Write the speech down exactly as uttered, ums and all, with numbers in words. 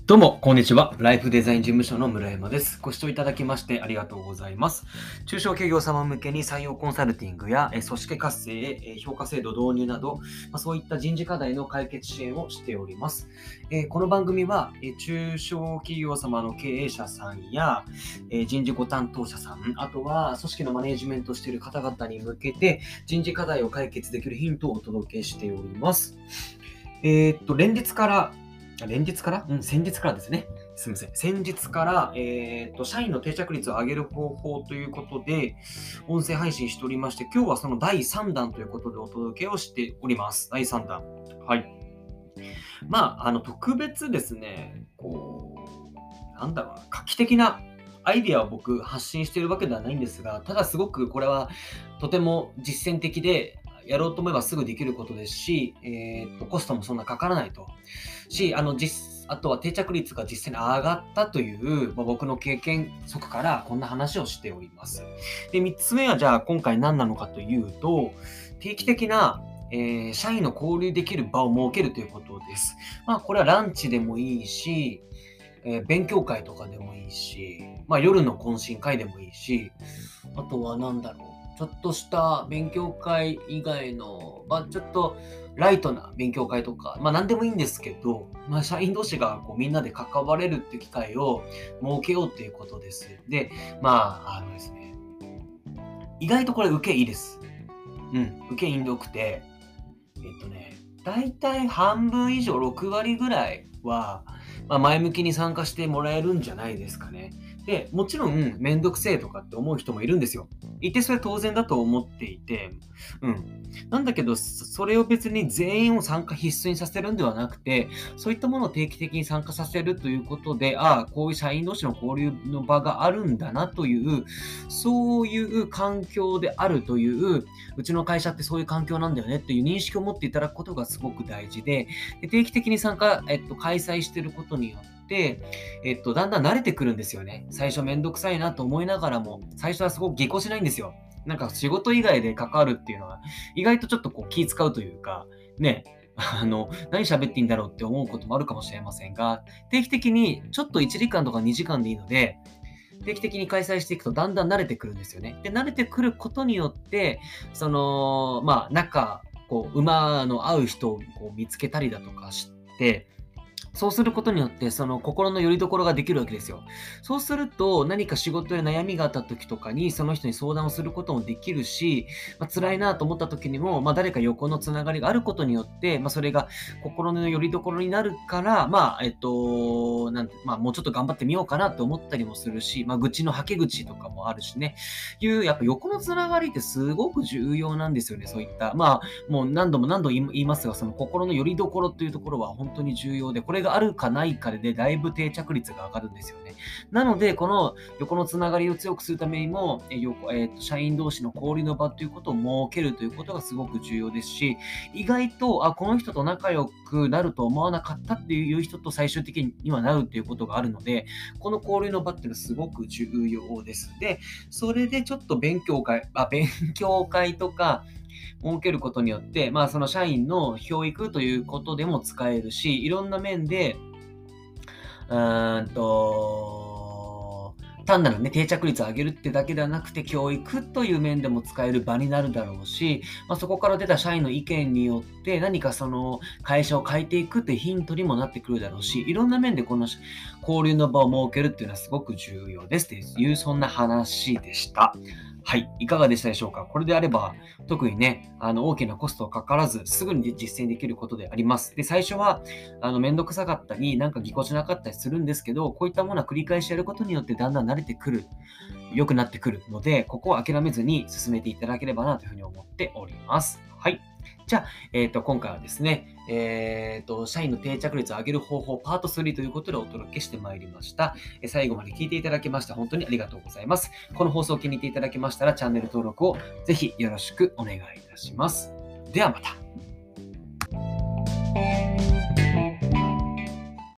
どうも、こんにちは。ライフデザイン事務所の村山です。ご視聴いただきましてありがとうございます。中小企業様向けに採用コンサルティングやえ組織活性、え評価制度導入など、まあ、そういった人事課題の解決支援をしております。えーこの番組はえ中小企業様の経営者さんやえ人事ご担当者さん、あとは組織のマネジメントしている方々に向けて人事課題を解決できるヒントをお届けしております。えーっと、連日から、あ連日からうん、先日からですね。すみません。先日から、えーっと、社員の定着率を上げる方法ということで、音声配信しておりまして、今日はそのだいさん弾ということでお届けをしております。だいさん弾。はい。まあ、あの、特別ですね、こう、なんだろうな、画期的なアイディアを僕発信しているわけではないんですが、ただすごくこれはとても実践的で、やろうと思えばすぐできることですし、えーと、コストもそんなかからないと。し、あの、実、あとは定着率が実際に上がったという、まあ、僕の経験則からこんな話をしております。で、みっつめはじゃあ今回何なのかというと、定期的な、えー社員の交流できる場を設けるということです。まあ、これはランチでもいいし、えー勉強会とかでもいいし、まあ、夜の懇親会でもいいし、あとは何だろう。ちょっとした勉強会以外の、まあ、ちょっとライトな勉強会とか、まあ何でもいいんですけど、まあ社員同士がこうみんなで関われるっていう機会を設けようっていうことです。で、まあ、あのですね、意外とこれ受けいいです。うん、受けいいんでよくて、えっとね、だいたい半分以上、ろく割ぐらいは、まあ、前向きに参加してもらえるんじゃないですかね。で、もちろん、めんどくせえとかって思う人もいるんですよ。いてそれ当然だと思っていて、うん。なんだけど、そそれを別に全員を参加必須にさせるんではなくて、そういったものを定期的に参加させるということで、ああ、こういう社員同士の交流の場があるんだなという、そういう環境であるという、うちの会社ってそういう環境なんだよねっていう認識を持っていただくことがすごく大事で、で定期的に参加、えっと、開催していることによって、えっと、だんだん慣れてくるんですよね。最初めんどくさいなと思いながらも、最初はすごくぎこちないんですよ。なんか仕事以外で関わるっていうのは、意外とちょっとこう気使うというか、ね、あの、何喋っていいんだろうって思うこともあるかもしれませんが、定期的にちょっといちじかんとかにじかんでいいので、定期的に開催していくとだんだん慣れてくるんですよね。で、慣れてくることによって、その、まあ、仲、こう、馬の合う人をこう見つけたりだとかして、そうすることによって、その心の拠り所ができるわけですよ。そうすると、何か仕事で悩みがあった時とかに、その人に相談をすることもできるし、まあ、辛いなと思った時にも、まあ、誰か横のつながりがあることによって、まあ、それが心の拠り所になるから、まあ、えっと、なんて、まあ、もうちょっと頑張ってみようかなって思ったりもするし、まあ、愚痴のはけ口とかもあるしね。いう、やっぱ横のつながりってすごく重要なんですよね、そういった。まあ、もう何度も何度も言い言いますが、その心の拠り所っていうところは本当に重要で、これがあるかないかでだいぶ定着率が上がるんですよね。なので、この横のつながりを強くするためにも、え横えーと社員同士の交流の場ということを設けるということがすごく重要ですし、意外と、あ、この人と仲良くなると思わなかったっていう人と最終的にはなるっていうことがあるので、この交流の場っていうのはすごく重要です。で、それでちょっと勉強会、あ、勉強会とか、設けることによって、まあ、その社員の教育ということでも使えるし、いろんな面で、うーんと、単なるね、定着率を上げるってだけではなくて、教育という面でも使える場になるだろうし、まあ、そこから出た社員の意見によって、何かその会社を変えていくっていうヒントにもなってくるだろうし、いろんな面でこの交流の場を設けるっていうのはすごく重要ですという、そんな話でした。はい。いかがでしたでしょうか。これであれば、特にね、あの、大きなコストがかからず、すぐに実践できることであります。で、最初は、あの、めんどくさかったり、なんかぎこちなかったりするんですけど、こういったものは繰り返しやることによってだんだん慣れてくる、良くなってくるので、ここを諦めずに進めていただければなというふうに思っております。はい。じゃあ、えっと、今回はですね、えっと、社員の定着率を上げる方法パートスリーということでお届けしてまいりました。え最後まで聞いていただきまして本当にありがとうございます。この放送を気に入っていただけましたらチャンネル登録をぜひよろしくお願いいたします。ではまた。